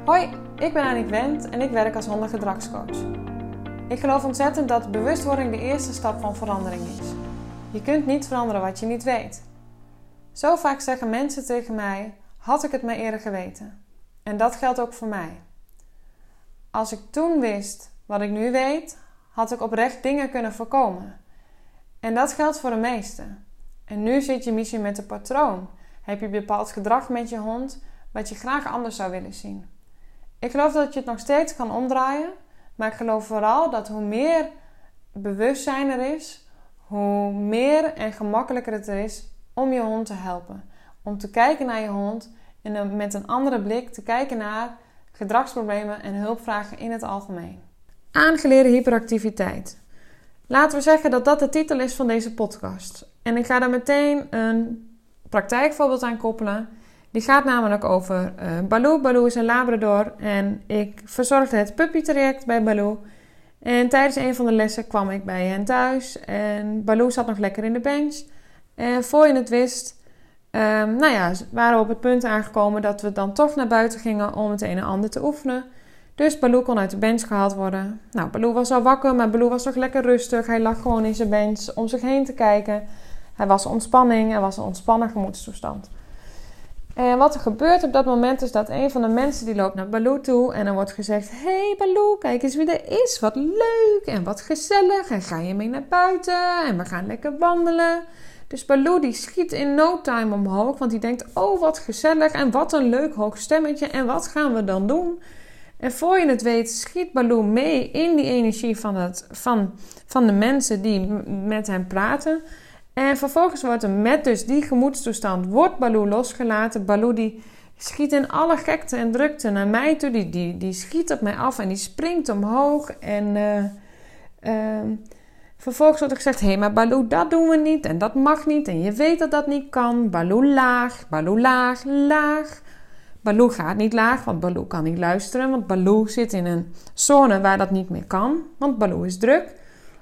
Hoi, ik ben Aniek Wendt en ik werk als hondengedragscoach. Ik geloof ontzettend dat bewustwording de eerste stap van verandering is. Je kunt niet veranderen wat je niet weet. Zo vaak zeggen mensen tegen mij, had ik het maar eerder geweten. En dat geldt ook voor mij. Als ik toen wist wat ik nu weet, had ik oprecht dingen kunnen voorkomen. En dat geldt voor de meesten. En nu zit je misschien met een patroon. Heb je bepaald gedrag met je hond wat je graag anders zou willen zien. Ik geloof dat je het nog steeds kan omdraaien. Maar ik geloof vooral dat hoe meer bewustzijn er is, hoe meer en gemakkelijker het er is om je hond te helpen. Om te kijken naar je hond en met een andere blik te kijken naar gedragsproblemen en hulpvragen in het algemeen. Aangeleerde hyperactiviteit. Laten we zeggen dat dat de titel is van deze podcast. En ik ga daar meteen een praktijkvoorbeeld aan koppelen. Die gaat namelijk over Baloo. Baloo is een Labrador en ik verzorgde het puppytraject bij Baloo. En tijdens een van de lessen kwam ik bij hen thuis en Baloo zat nog lekker in de bench. En voor je het wist, waren we op het punt aangekomen dat we dan toch naar buiten gingen om het een en ander te oefenen. Dus Baloo kon uit de bench gehaald worden. Nou, Baloo was al wakker, maar Baloo was toch lekker rustig. Hij lag gewoon in zijn bench om zich heen te kijken. Hij was ontspanning, hij was een ontspannen gemoedstoestand. En wat er gebeurt op dat moment is dat een van de mensen die loopt naar Baloo toe en er wordt gezegd: hey Baloo, kijk eens wie er is. Wat leuk en wat gezellig. En ga je mee naar buiten en we gaan lekker wandelen. Dus Baloo die schiet in no time omhoog, want die denkt: oh wat gezellig en wat een leuk hoog stemmetje en wat gaan we dan doen? En voor je het weet schiet Baloo mee in die energie van de mensen die met hem praten. En vervolgens wordt er met dus die gemoedstoestand wordt Baloo losgelaten. Baloo die schiet in alle gekte en drukte naar mij toe. Die schiet op mij af en die springt omhoog. En vervolgens wordt er gezegd: hé, maar Baloo, dat doen we niet en dat mag niet. En je weet dat dat niet kan. Baloo laag, Baloo laag, laag. Baloo gaat niet laag, want Baloo kan niet luisteren. Want Baloo zit in een zone waar dat niet meer kan. Want Baloo is druk.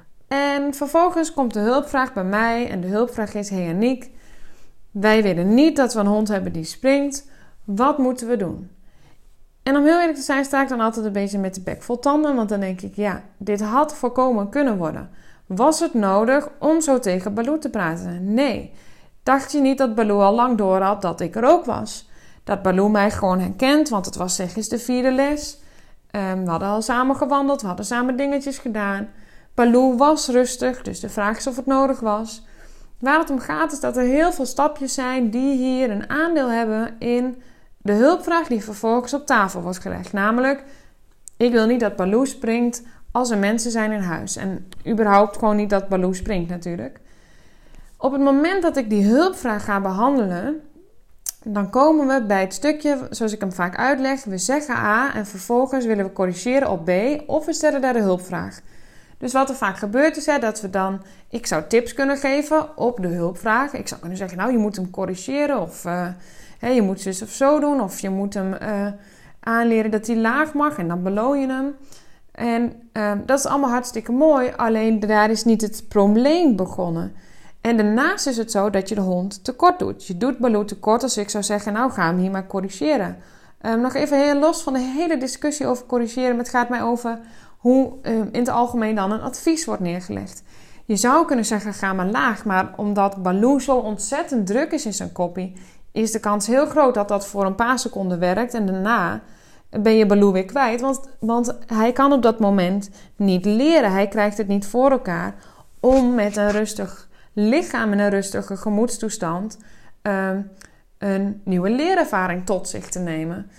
En vervolgens komt de hulpvraag bij mij. En de hulpvraag is: hey Aniek, wij willen niet dat we een hond hebben die springt. Wat moeten we doen? En om heel eerlijk te zijn sta ik dan altijd een beetje met de bek vol tanden. Want dan denk ik, ja, dit had voorkomen kunnen worden. Was het nodig om zo tegen Baloo te praten? Nee. Dacht je niet dat Baloo al lang door had dat ik er ook was? Dat Baloo mij gewoon herkent, want het was zeg eens de 4e les. We hadden al samen gewandeld, we hadden samen dingetjes gedaan. Baloo was rustig, dus de vraag is of het nodig was. Waar het om gaat is dat er heel veel stapjes zijn die hier een aandeel hebben in de hulpvraag die vervolgens op tafel wordt gelegd. Namelijk, ik wil niet dat Baloo springt als er mensen zijn in huis. En überhaupt gewoon niet dat Baloo springt natuurlijk. Op het moment dat ik die hulpvraag ga behandelen, dan komen we bij het stukje, zoals ik hem vaak uitleg. We zeggen A en vervolgens willen we corrigeren op B of we stellen daar de hulpvraag. Dus wat er vaak gebeurt is dat we dan... Ik zou tips kunnen geven op de hulpvraag. Ik zou kunnen zeggen, nou je moet hem corrigeren of je moet zus of zo doen. Of je moet hem aanleren dat hij laag mag en dan beloon je hem. En dat is allemaal hartstikke mooi, alleen daar is niet het probleem begonnen. En daarnaast is het zo dat je de hond tekort doet. Je doet Baloo tekort als ik zou zeggen, nou ga hem hier maar corrigeren. Nog even heel los van de hele discussie over corrigeren. Het gaat mij over hoe in het algemeen dan een advies wordt neergelegd. Je zou kunnen zeggen, ga maar laag. Maar omdat Baloo zo ontzettend druk is in zijn koppie, is de kans heel groot dat dat voor een paar seconden werkt. En daarna ben je Baloo weer kwijt. Want hij kan op dat moment niet leren. Hij krijgt het niet voor elkaar om met een rustig lichaam en een rustige gemoedstoestand een nieuwe leerervaring tot zich te nemen.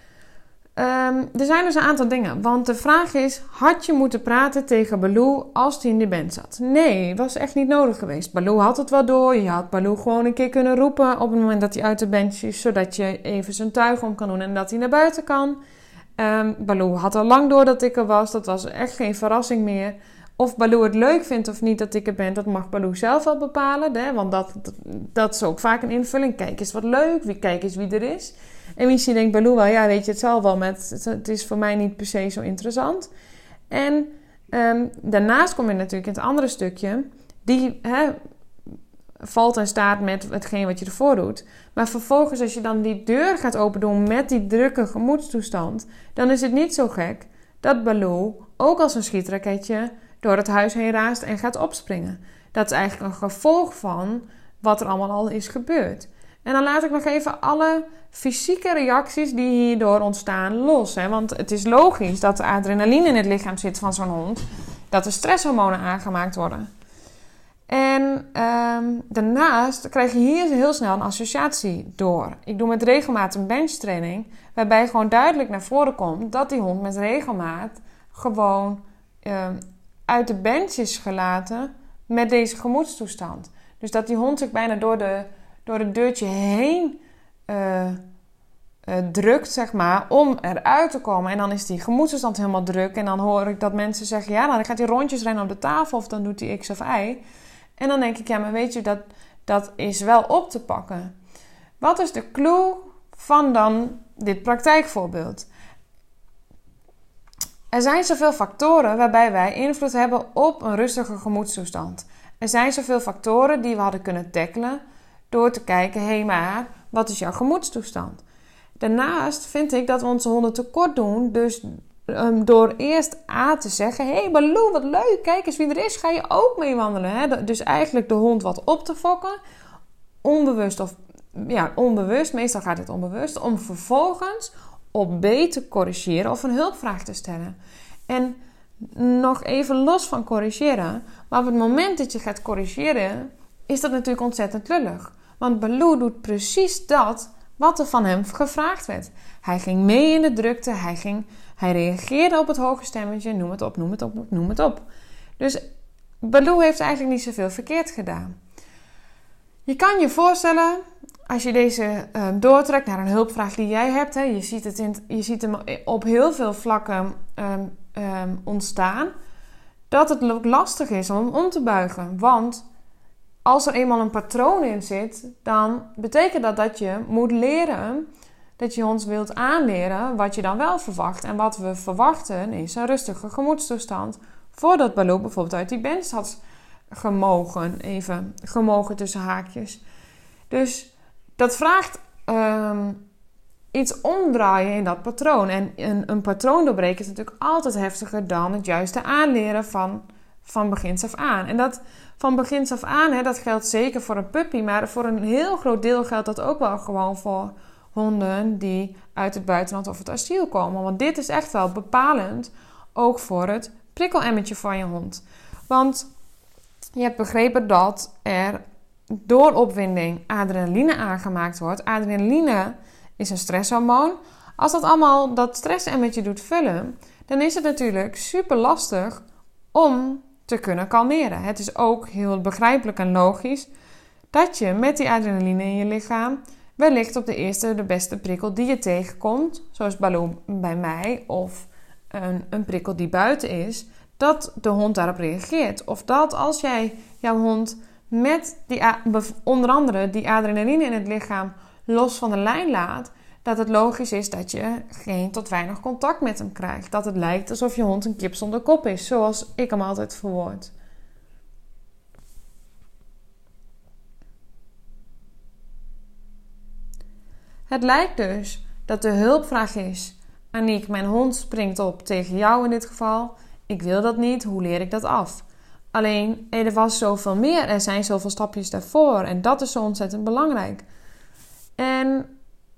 Er zijn dus een aantal dingen. Want de vraag is, had je moeten praten tegen Baloo als hij in de band zat? Nee, was echt niet nodig geweest. Baloo had het wel door. Je had Baloo gewoon een keer kunnen roepen op het moment dat hij uit de bench is, zodat je even zijn tuig om kan doen en dat hij naar buiten kan. Baloo had al lang door dat ik er was. Dat was echt geen verrassing meer. Of Baloo het leuk vindt of niet dat ik er ben, dat mag Baloo zelf wel bepalen. Hè? Want dat is ook vaak een invulling. Kijk eens wat leuk, kijk eens wie er is. En misschien denkt Baloo wel, ja weet je, het zal wel, maar het is voor mij niet per se zo interessant. En daarnaast kom je natuurlijk in het andere stukje. valt en staat met hetgeen wat je ervoor doet. Maar vervolgens, als je dan die deur gaat open doen met die drukke gemoedstoestand, dan is het niet zo gek dat Baloo, ook als een schietraketje, door het huis heen raast en gaat opspringen. Dat is eigenlijk een gevolg van wat er allemaal al is gebeurd. En dan laat ik nog even alle fysieke reacties die hierdoor ontstaan los. Hè? Want het is logisch dat de adrenaline in het lichaam zit van zo'n hond, dat er stresshormonen aangemaakt worden. En daarnaast krijg je hier heel snel een associatie door. Ik doe met regelmaat een benchtraining, waarbij gewoon duidelijk naar voren komt dat die hond met regelmaat gewoon uit de bench is gelaten met deze gemoedstoestand. Dus dat die hond zich bijna door het deurtje heen drukt, zeg maar, om eruit te komen. En dan is die gemoedstoestand helemaal druk. En dan hoor ik dat mensen zeggen, ja, dan gaat hij rondjes rennen op de tafel of dan doet hij X of Y. En dan denk ik, ja, maar weet je, dat is wel op te pakken. Wat is de clue van dan dit praktijkvoorbeeld? Er zijn zoveel factoren waarbij wij invloed hebben op een rustige gemoedstoestand. Er zijn zoveel factoren die we hadden kunnen tackelen door te kijken, hé, maar wat is jouw gemoedstoestand? Daarnaast vind ik dat we onze honden tekort doen, dus door eerst te zeggen, hé Baloo, wat leuk, kijk eens wie er is, ga je ook mee wandelen. Hè? Dus eigenlijk de hond wat op te fokken, onbewust, meestal gaat het onbewust, om vervolgens op B te corrigeren of een hulpvraag te stellen. En nog even los van corrigeren, maar op het moment dat je gaat corrigeren, is dat natuurlijk ontzettend lullig. Want Baloo doet precies dat wat er van hem gevraagd werd. Hij ging mee in de drukte, hij reageerde op het hoge stemmetje, noem het op, noem het op, noem het op. Dus Baloo heeft eigenlijk niet zoveel verkeerd gedaan. Je kan je voorstellen, als je deze doortrekt naar een hulpvraag die jij hebt, hè, je ziet hem op heel veel vlakken ontstaan, dat het ook lastig is om hem om te buigen. Want als er eenmaal een patroon in zit, dan betekent dat je moet leren, dat je ons wilt aanleren wat je dan wel verwacht. En wat we verwachten is een rustige gemoedstoestand, voordat Baloo bijvoorbeeld uit die bench had gemogen tussen haakjes. Dus dat vraagt iets omdraaien in dat patroon. En een patroon doorbreken is natuurlijk altijd heftiger dan het juiste aanleren van begins af aan. En dat van begins af aan, hè, dat geldt zeker voor een puppy, maar voor een heel groot deel geldt dat ook wel gewoon voor honden die uit het buitenland of het asiel komen. Want dit is echt wel bepalend, ook voor het prikkelemmetje van je hond. Want je hebt begrepen dat er door opwinding adrenaline aangemaakt wordt. Adrenaline is een stresshormoon. Als dat allemaal dat stressemmetje doet vullen, dan is het natuurlijk super lastig om te kunnen kalmeren. Het is ook heel begrijpelijk en logisch dat je met die adrenaline in je lichaam wellicht op de eerste de beste prikkel die je tegenkomt, zoals Baloo bij mij, of een prikkel die buiten is, dat de hond daarop reageert. Of dat als jij jouw hond met onder andere die adrenaline in het lichaam los van de lijn laat, dat het logisch is dat je geen tot weinig contact met hem krijgt. Dat het lijkt alsof je hond een kip zonder kop is, zoals ik hem altijd verwoord. Het lijkt dus dat de hulpvraag is: Aniek, mijn hond springt op tegen jou in dit geval. Ik wil dat niet, hoe leer ik dat af? Alleen, er was zoveel meer, er zijn zoveel stapjes daarvoor en dat is zo ontzettend belangrijk. En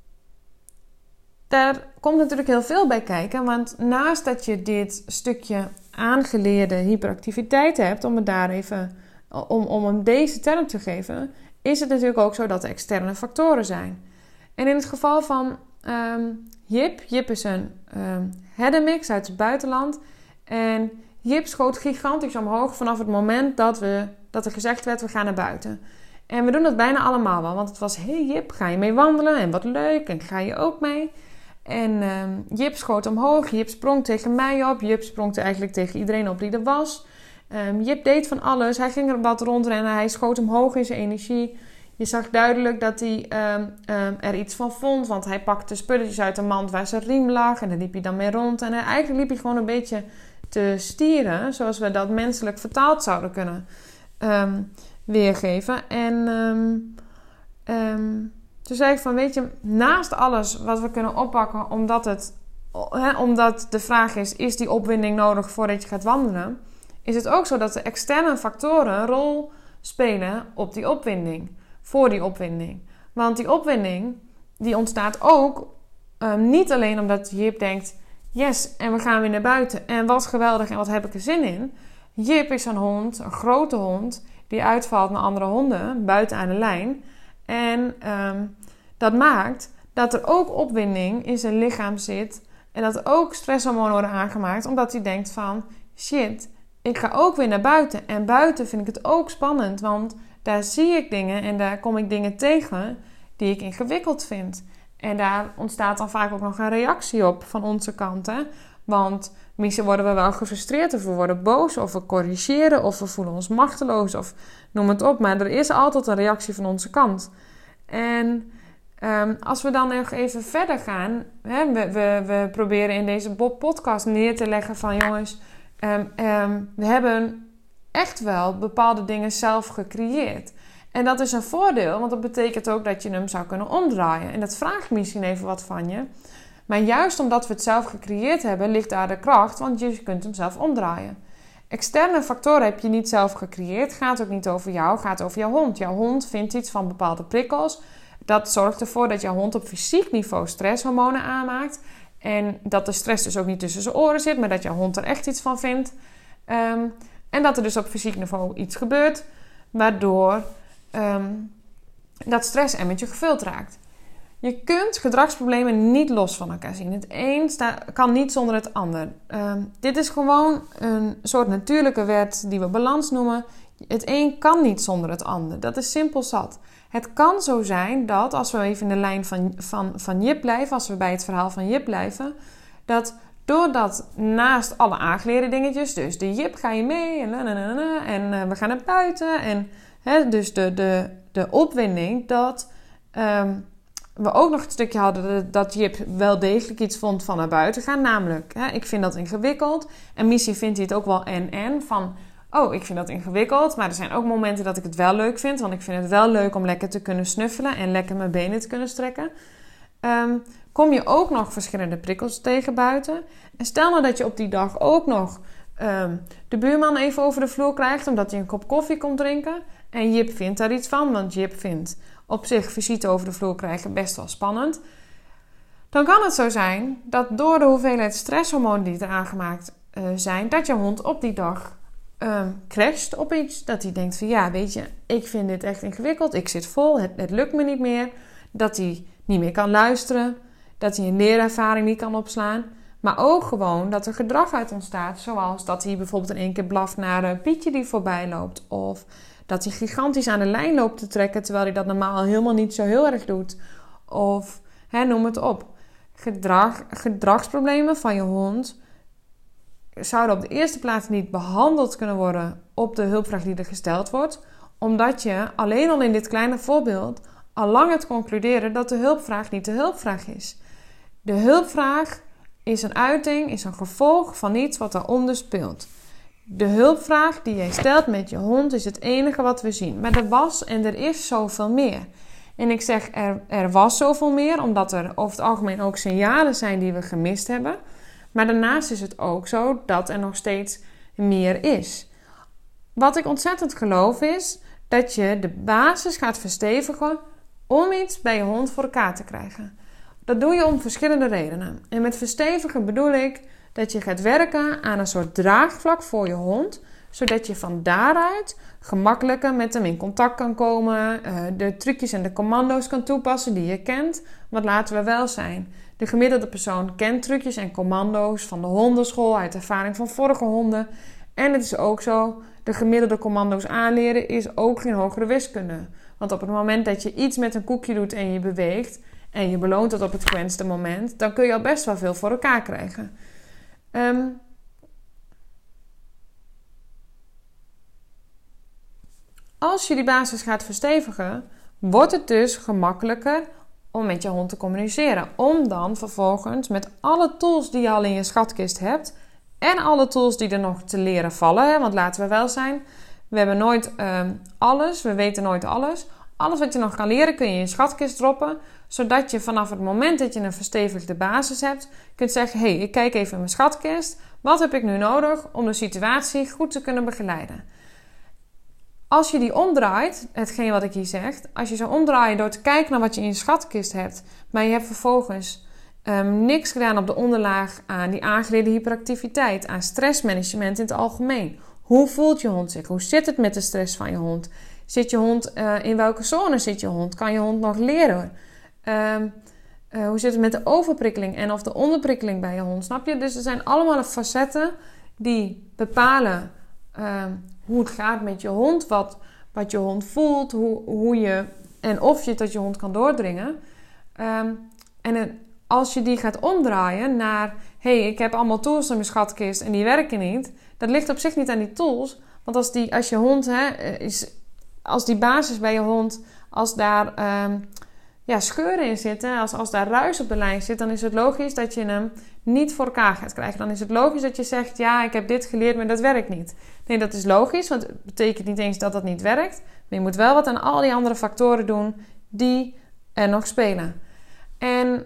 daar komt natuurlijk heel veel bij kijken, want naast dat je dit stukje aangeleerde hyperactiviteit hebt, om het daar even, om hem deze term te geven, is het natuurlijk ook zo dat er externe factoren zijn. En in het geval van Jip is een herdermix uit het buitenland. En Jip schoot gigantisch omhoog vanaf het moment dat er gezegd werd, we gaan naar buiten. En we doen dat bijna allemaal wel, want het was, hey Jip, ga je mee wandelen? En wat leuk, en ga je ook mee? En Jip schoot omhoog, Jip sprong tegen mij op, Jip sprong eigenlijk tegen iedereen op die er was. Jip deed van alles, hij ging er wat rondrennen, hij schoot omhoog in zijn energie. Je zag duidelijk dat hij er iets van vond, want hij pakte spulletjes uit de mand waar zijn riem lag en daar liep hij dan mee rond. En eigenlijk liep hij gewoon een beetje te stieren, zoals we dat menselijk vertaald zouden kunnen weergeven. En toen zei ik van, weet je, naast alles wat we kunnen oppakken, omdat de vraag is die opwinding nodig voordat je gaat wandelen, is het ook zo dat de externe factoren een rol spelen op die opwinding, voor die opwinding. Want die opwinding, die ontstaat ook niet alleen omdat Jip denkt, yes, en we gaan weer naar buiten en wat geweldig en wat heb ik er zin in. Jip is een hond, een grote hond, die uitvalt naar andere honden buiten aan de lijn. En dat maakt dat er ook opwinding in zijn lichaam zit en dat er ook stresshormonen worden aangemaakt, omdat hij denkt van, shit, ik ga ook weer naar buiten. En buiten vind ik het ook spannend, want daar zie ik dingen en daar kom ik dingen tegen die ik ingewikkeld vind. En daar ontstaat dan vaak ook nog een reactie op van onze kant. Hè? Want misschien worden we wel gefrustreerd of we worden boos of we corrigeren of we voelen ons machteloos of noem het op. Maar er is altijd een reactie van onze kant. En als we dan nog even verder gaan, hè, we proberen in deze podcast neer te leggen van jongens, we hebben echt wel bepaalde dingen zelf gecreëerd. En dat is een voordeel, want dat betekent ook dat je hem zou kunnen omdraaien. En dat vraagt misschien even wat van je. Maar juist omdat we het zelf gecreëerd hebben, ligt daar de kracht, want je kunt hem zelf omdraaien. Externe factoren heb je niet zelf gecreëerd, gaat ook niet over jou, gaat over jouw hond. Jouw hond vindt iets van bepaalde prikkels. Dat zorgt ervoor dat jouw hond op fysiek niveau stresshormonen aanmaakt. En dat de stress dus ook niet tussen zijn oren zit, maar dat jouw hond er echt iets van vindt. En dat er dus op fysiek niveau iets gebeurt, waardoor dat stressemmertje gevuld raakt. Je kunt gedragsproblemen niet los van elkaar zien. Het een kan niet zonder het ander. Dit is gewoon een soort natuurlijke wet die we balans noemen. Het een kan niet zonder het ander. Dat is simpel zat. Het kan zo zijn dat, als we even in de lijn van Jip blijven, als we bij het verhaal van Jip blijven, dat doordat naast alle aangeleerde dingetjes, dus de Jip ga je mee en we gaan naar buiten en dus de opwinding, dat we ook nog het stukje hadden dat Jip wel degelijk iets vond van naar buiten gaan. Namelijk, ik vind dat ingewikkeld. En misschien vindt hij het ook wel van, oh, ik vind dat ingewikkeld. Maar er zijn ook momenten dat ik het wel leuk vind. Want ik vind het wel leuk om lekker te kunnen snuffelen en lekker mijn benen te kunnen strekken. Kom je ook nog verschillende prikkels tegen buiten. En stel nou dat je op die dag ook nog de buurman even over de vloer krijgt, omdat hij een kop koffie komt drinken. En Jip vindt daar iets van, want Jip vindt op zich visite over de vloer krijgen best wel spannend. Dan kan het zo zijn dat door de hoeveelheid stresshormonen die er aangemaakt zijn, dat je hond op die dag crasht op iets. Dat hij denkt van ja, weet je, ik vind dit echt ingewikkeld. Ik zit vol, het lukt me niet meer. Dat hij niet meer kan luisteren. Dat hij een leerervaring niet kan opslaan. Maar ook gewoon dat er gedrag uit ontstaat. Zoals dat hij bijvoorbeeld in één keer blaft naar een Pietje die voorbij loopt. Of dat hij gigantisch aan de lijn loopt te trekken, terwijl hij dat normaal helemaal niet zo heel erg doet. Of noem het op. Gedragsproblemen van je hond zouden op de eerste plaats niet behandeld kunnen worden op de hulpvraag die er gesteld wordt. Omdat je alleen al in dit kleine voorbeeld al lang het concluderen dat de hulpvraag niet de hulpvraag is. De hulpvraag is een uiting, is een gevolg van iets wat daaronder speelt. De hulpvraag die jij stelt met je hond is het enige wat we zien. Maar er was en er is zoveel meer. En ik zeg er was zoveel meer, omdat er over het algemeen ook signalen zijn die we gemist hebben. Maar daarnaast is het ook zo dat er nog steeds meer is. Wat ik ontzettend geloof is dat je de basis gaat verstevigen om iets bij je hond voor elkaar te krijgen. Dat doe je om verschillende redenen. En met verstevigen bedoel ik dat je gaat werken aan een soort draagvlak voor je hond, zodat je van daaruit gemakkelijker met hem in contact kan komen, de trucjes en de commando's kan toepassen die je kent. Want laten we wel zijn, de gemiddelde persoon kent trucjes en commando's van de hondenschool, uit ervaring van vorige honden. En het is ook zo, de gemiddelde commando's aanleren is ook geen hogere wiskunde. Want op het moment dat je iets met een koekje doet en je beweegt en je beloont het op het gewenste moment, dan kun je al best wel veel voor elkaar krijgen. Als je die basis gaat verstevigen, wordt het dus gemakkelijker om met je hond te communiceren. Om dan vervolgens met alle tools die je al in je schatkist hebt en alle tools die er nog te leren vallen, want laten we wel zijn, We hebben nooit alles. We weten nooit alles. Alles wat je nog kan leren kun je in je schatkist droppen. Zodat je vanaf het moment dat je een verstevigde basis hebt, kunt zeggen, hey, ik kijk even in mijn schatkist. Wat heb ik nu nodig om de situatie goed te kunnen begeleiden? Als je die omdraait, hetgeen wat ik hier zeg, als je zou omdraaien door te kijken naar wat je in je schatkist hebt, maar je hebt vervolgens niks gedaan op de onderlaag aan die aangeleerde hyperactiviteit, aan stressmanagement in het algemeen. Hoe voelt je hond zich? Hoe zit het met de stress van je hond? Zit je hond, in welke zone zit je hond? Kan je hond nog leren? Hoe zit het met de overprikkeling en of de onderprikkeling bij je hond? Snap je? Dus er zijn allemaal facetten die bepalen hoe het gaat met je hond, wat je hond voelt, hoe je en of je tot je hond kan doordringen. Als je die gaat omdraaien naar, hey, ik heb allemaal tools in mijn schatkist en die werken niet, dat ligt op zich niet aan die tools, want als je hond, als die basis bij je hond, als daar scheuren in zitten, als daar ruis op de lijn zit, dan is het logisch dat je hem niet voor elkaar gaat krijgen. Dan is het logisch dat je zegt, ja, ik heb dit geleerd, maar dat werkt niet. Nee, dat is logisch, want het betekent niet eens dat dat niet werkt. Maar je moet wel wat aan al die andere factoren doen die er nog spelen. En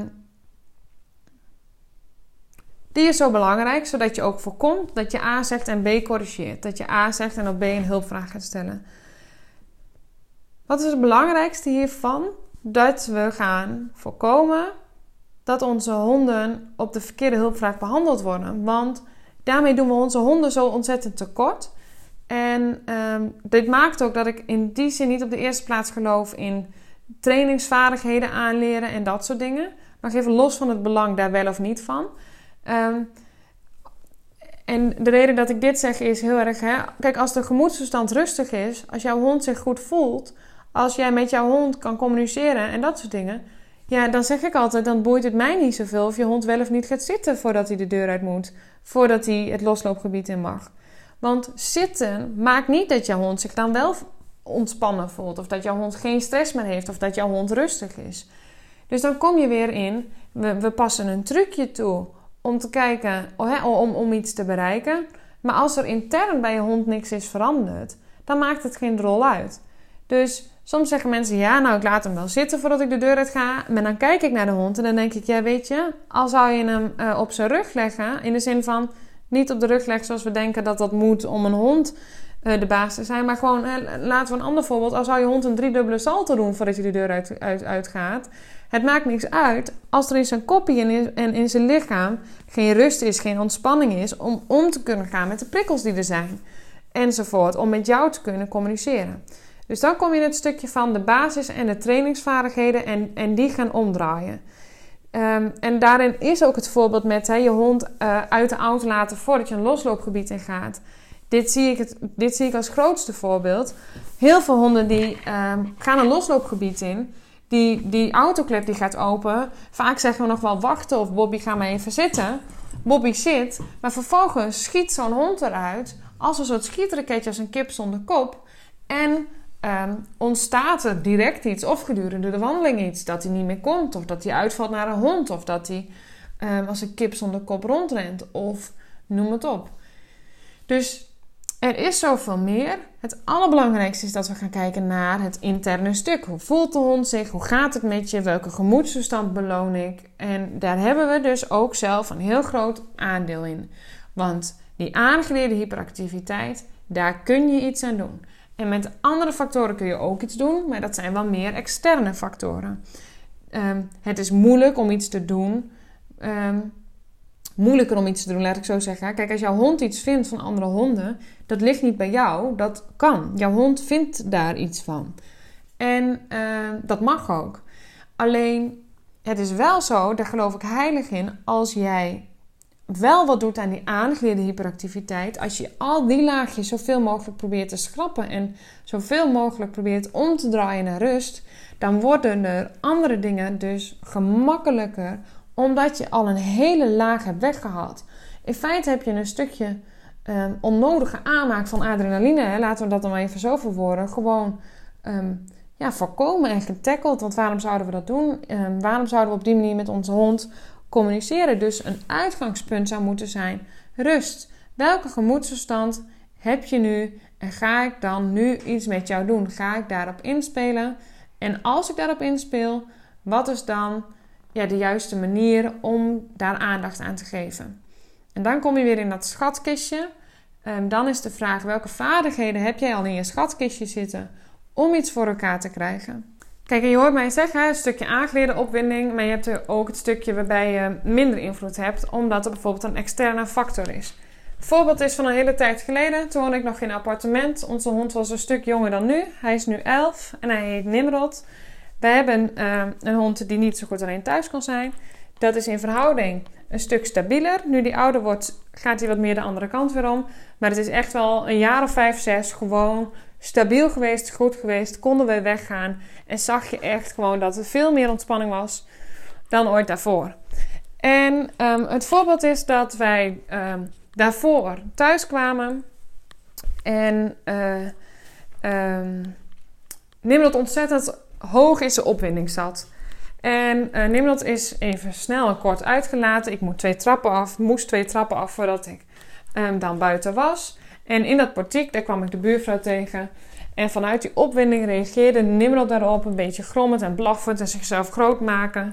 die is zo belangrijk, zodat je ook voorkomt dat je A zegt en B corrigeert. Dat je A zegt en op B een hulpvraag gaat stellen. Wat is het belangrijkste hiervan? Dat we gaan voorkomen dat onze honden op de verkeerde hulpvraag behandeld worden. Want daarmee doen we onze honden zo ontzettend tekort. En dit maakt ook dat ik in die zin niet op de eerste plaats geloof in trainingsvaardigheden aanleren en dat soort dingen. Maar even los van het belang daar wel of niet van. En de reden dat ik dit zeg is heel erg... Kijk, als de gemoedstoestand rustig is, als jouw hond zich goed voelt, als jij met jouw hond kan communiceren en dat soort dingen, ja, dan zeg ik altijd, dan boeit het mij niet zoveel of je hond wel of niet gaat zitten voordat hij de deur uit moet, voordat hij het losloopgebied in mag. Want zitten maakt niet dat jouw hond zich dan wel ontspannen voelt, of dat jouw hond geen stress meer heeft, of dat jouw hond rustig is. Dus dan kom je weer in, we passen een trucje toe om te kijken, om iets te bereiken. Maar als er intern bij je hond niks is veranderd, dan maakt het geen rol uit. Dus soms zeggen mensen, ja, nou, ik laat hem wel zitten voordat ik de deur uit ga. Maar dan kijk ik naar de hond en dan denk ik, ja, weet je, al zou je hem op zijn rug leggen, in de zin van niet op de rug leggen zoals we denken dat dat moet om een hond de baas te zijn. Maar gewoon, laten we een ander voorbeeld. Al zou je hond een 3-dubbele salto doen voordat je de deur uit gaat. Het maakt niks uit als er in zijn koppie en in zijn lichaam geen rust is, geen ontspanning is om te kunnen gaan met de prikkels die er zijn. Enzovoort, om met jou te kunnen communiceren. Dus dan kom je in het stukje van de basis en de trainingsvaardigheden en die gaan omdraaien. En daarin is ook het voorbeeld met je hond uit de auto laten voordat je een losloopgebied in gaat. Dit zie ik als grootste voorbeeld. Heel veel honden die gaan een losloopgebied in. Die autoklep die gaat open. Vaak zeggen we nog wel wachten of Bobby ga maar even zitten. Bobby zit, maar vervolgens schiet zo'n hond eruit als een soort schietraketje als een kip zonder kop. En ontstaat er direct iets of gedurende de wandeling iets. Dat hij niet meer komt of dat hij uitvalt naar een hond of dat hij als een kip zonder kop rondrent of noem het op. Dus er is zoveel meer. Het allerbelangrijkste is dat we gaan kijken naar het interne stuk. Hoe voelt de hond zich? Hoe gaat het met je? Welke gemoedstoestand beloon ik? En daar hebben we dus ook zelf een heel groot aandeel in. Want die aangeleerde hyperactiviteit, daar kun je iets aan doen. En met andere factoren kun je ook iets doen, maar dat zijn wel meer externe factoren. Het is moeilijk om iets te doen. Moeilijker om iets te doen, laat ik zo zeggen. Kijk, als jouw hond iets vindt van andere honden, dat ligt niet bij jou. Dat kan. Jouw hond vindt daar iets van. En dat mag ook. Alleen, het is wel zo, daar geloof ik heilig in, als jij wel wat doet aan die aangeleerde hyperactiviteit, als je al die laagjes zoveel mogelijk probeert te schrappen en zoveel mogelijk probeert om te draaien naar rust, dan worden er andere dingen dus gemakkelijker, omdat je al een hele laag hebt weggehaald. In feite heb je een stukje onnodige aanmaak van adrenaline, laten we dat dan maar even zo verwoorden, gewoon voorkomen en getackeld. Want waarom zouden we dat doen? Waarom zouden we op die manier met onze hond communiceren? Dus een uitgangspunt zou moeten zijn rust. Welke gemoedstoestand heb je nu En ga ik dan nu iets met jou doen? Ga ik daarop inspelen? En als ik daarop inspeel, wat is dan de juiste manier om daar aandacht aan te geven? En dan kom je weer in dat schatkistje. Dan is de vraag, welke vaardigheden heb jij al in je schatkistje zitten om iets voor elkaar te krijgen? Kijk, en je hoort mij zeggen, een stukje aangeleerde opwinding, maar je hebt er ook het stukje waarbij je minder invloed hebt, omdat er bijvoorbeeld een externe factor is. Een voorbeeld is van een hele tijd geleden. Toen woonde ik nog in een appartement. Onze hond was een stuk jonger dan nu. Hij is nu 11 en hij heet Nimrod. Wij hebben een hond die niet zo goed alleen thuis kan zijn. Dat is in verhouding een stuk stabieler. Nu die ouder wordt, gaat hij wat meer de andere kant weer om. Maar het is echt wel een jaar of 5, 6 gewoon stabiel geweest, goed geweest. Konden we weggaan en zag je echt gewoon dat er veel meer ontspanning was dan ooit daarvoor. En het voorbeeld is dat wij daarvoor thuis kwamen en Nimrod ontzettend hoog in zijn opwinding zat. En Nimrod is even snel en kort uitgelaten. Ik moest 2 trappen af voordat ik dan buiten was. En in dat portiek, daar kwam ik de buurvrouw tegen. En vanuit die opwinding reageerde Nimrod daarop, een beetje grommend en blaffend en zichzelf groot maken.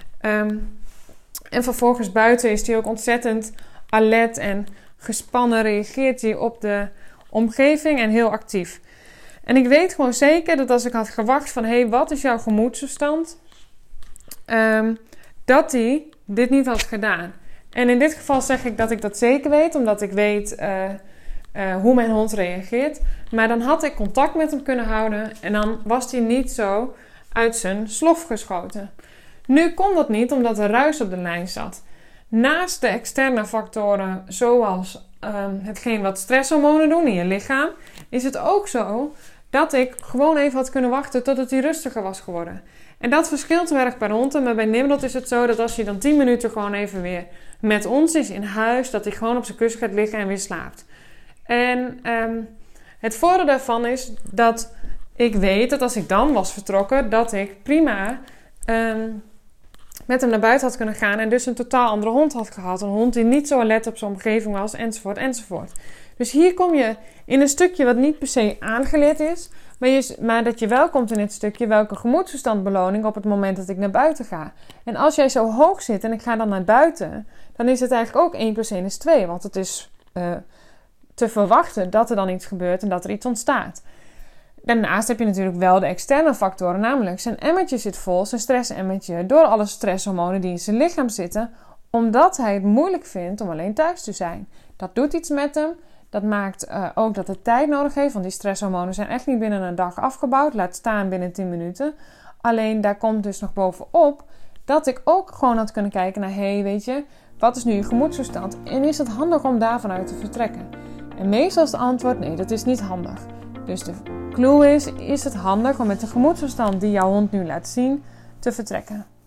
En vervolgens buiten is hij ook ontzettend alert en gespannen, reageert hij op de omgeving en heel actief. En ik weet gewoon zeker dat als ik had gewacht van, wat is jouw gemoedstoestand? Dat hij dit niet had gedaan. En in dit geval zeg ik dat ik dat zeker weet, omdat ik weet hoe mijn hond reageert. Maar dan had ik contact met hem kunnen houden en dan was hij niet zo uit zijn slof geschoten. Nu kon dat niet, omdat er ruis op de lijn zat. Naast de externe factoren, zoals hetgeen wat stresshormonen doen in je lichaam, is het ook zo dat ik gewoon even had kunnen wachten totdat hij rustiger was geworden. En dat verschilt erg per hond. Maar bij Nimrod is het zo dat als hij dan 10 minuten gewoon even weer met ons is in huis, dat hij gewoon op zijn kussen gaat liggen en weer slaapt. En het voordeel daarvan is dat ik weet dat als ik dan was vertrokken, dat ik prima met hem naar buiten had kunnen gaan en dus een totaal andere hond had gehad. Een hond die niet zo alert op zijn omgeving was, enzovoort, enzovoort. Dus hier kom je in een stukje wat niet per se aangeleerd is, maar dat je wel komt in het stukje welke gemoedstoestandbeloning op het moment dat ik naar buiten ga. En als jij zo hoog zit en ik ga dan naar buiten, dan is het eigenlijk ook 1 + 1 = 2. Want het is te verwachten dat er dan iets gebeurt en dat er iets ontstaat. Daarnaast heb je natuurlijk wel de externe factoren, namelijk zijn emmertje zit vol, zijn stressemmertje, door alle stresshormonen die in zijn lichaam zitten, omdat hij het moeilijk vindt om alleen thuis te zijn. Dat doet iets met hem. Dat maakt ook dat het tijd nodig heeft, want die stresshormonen zijn echt niet binnen een dag afgebouwd, laat staan binnen 10 minuten. Alleen daar komt dus nog bovenop dat ik ook gewoon had kunnen kijken naar, weet je, wat is nu je gemoedstoestand? En is het handig om daarvan uit te vertrekken? En meestal is het antwoord, nee, dat is niet handig. Dus de clue is het handig om met de gemoedstoestand die jouw hond nu laat zien, te vertrekken?